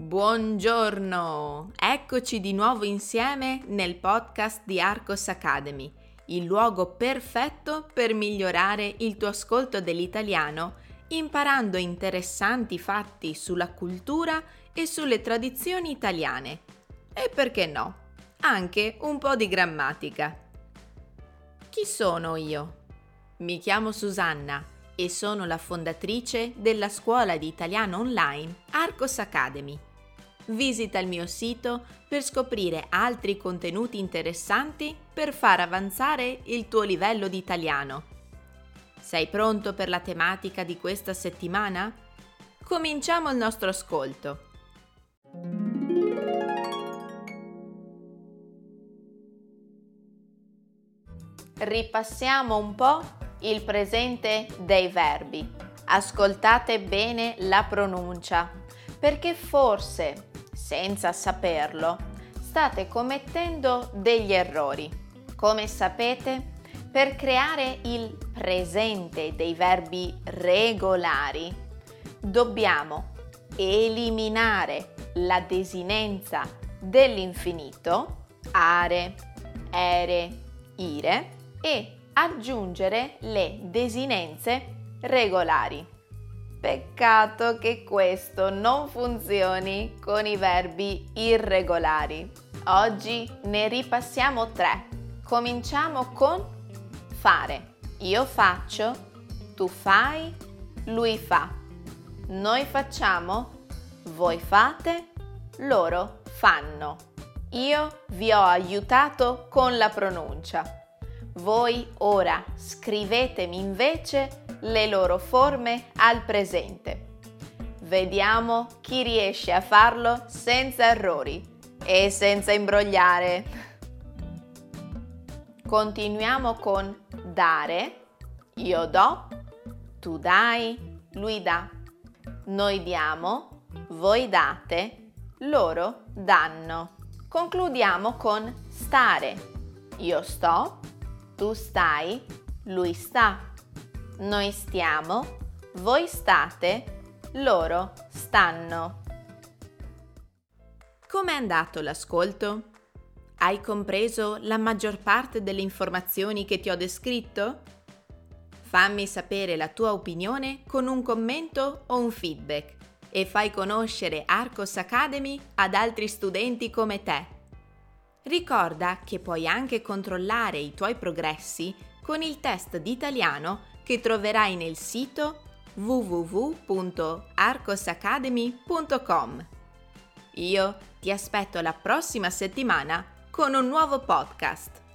Buongiorno! Eccoci di nuovo insieme nel podcast di Arcos Academy, il luogo perfetto per migliorare il tuo ascolto dell'italiano, imparando interessanti fatti sulla cultura e sulle tradizioni italiane. E perché no? Anche un po' di grammatica. Chi sono io? Mi chiamo Susanna e sono la fondatrice della scuola di italiano online Arcos Academy. Visita il mio sito per scoprire altri contenuti interessanti per far avanzare il tuo livello di italiano. Sei pronto per la tematica di questa settimana? Cominciamo il nostro ascolto. Ripassiamo un po' il presente dei verbi. Ascoltate bene la pronuncia, perché forse, senza saperlo, state commettendo degli errori. Come sapete, per creare il presente dei verbi regolari, dobbiamo eliminare la desinenza dell'infinito, are, ere, ire, e aggiungere le desinenze regolari. Peccato che questo non funzioni con i verbi irregolari. Oggi ne ripassiamo 3. Cominciamo con fare. Io faccio, tu fai, lui fa. Noi facciamo, voi fate, loro fanno. Io vi ho aiutato con la pronuncia. Voi ora scrivetemi invece le loro forme al presente. Vediamo chi riesce a farlo senza errori e senza imbrogliare. Continuiamo con dare. Io do, tu dai, lui dà. Noi diamo, voi date, loro danno. Concludiamo con stare. Io sto, tu stai, lui sta. Noi stiamo, voi state, loro stanno. Com'è andato l'ascolto? Hai compreso la maggior parte delle informazioni che ti ho descritto? Fammi sapere la tua opinione con un commento o un feedback e fai conoscere Arcos Academy ad altri studenti come te. Ricorda che puoi anche controllare i tuoi progressi con il test di italiano che troverai nel sito www.arcosacademy.com. Io ti aspetto la prossima settimana con un nuovo podcast.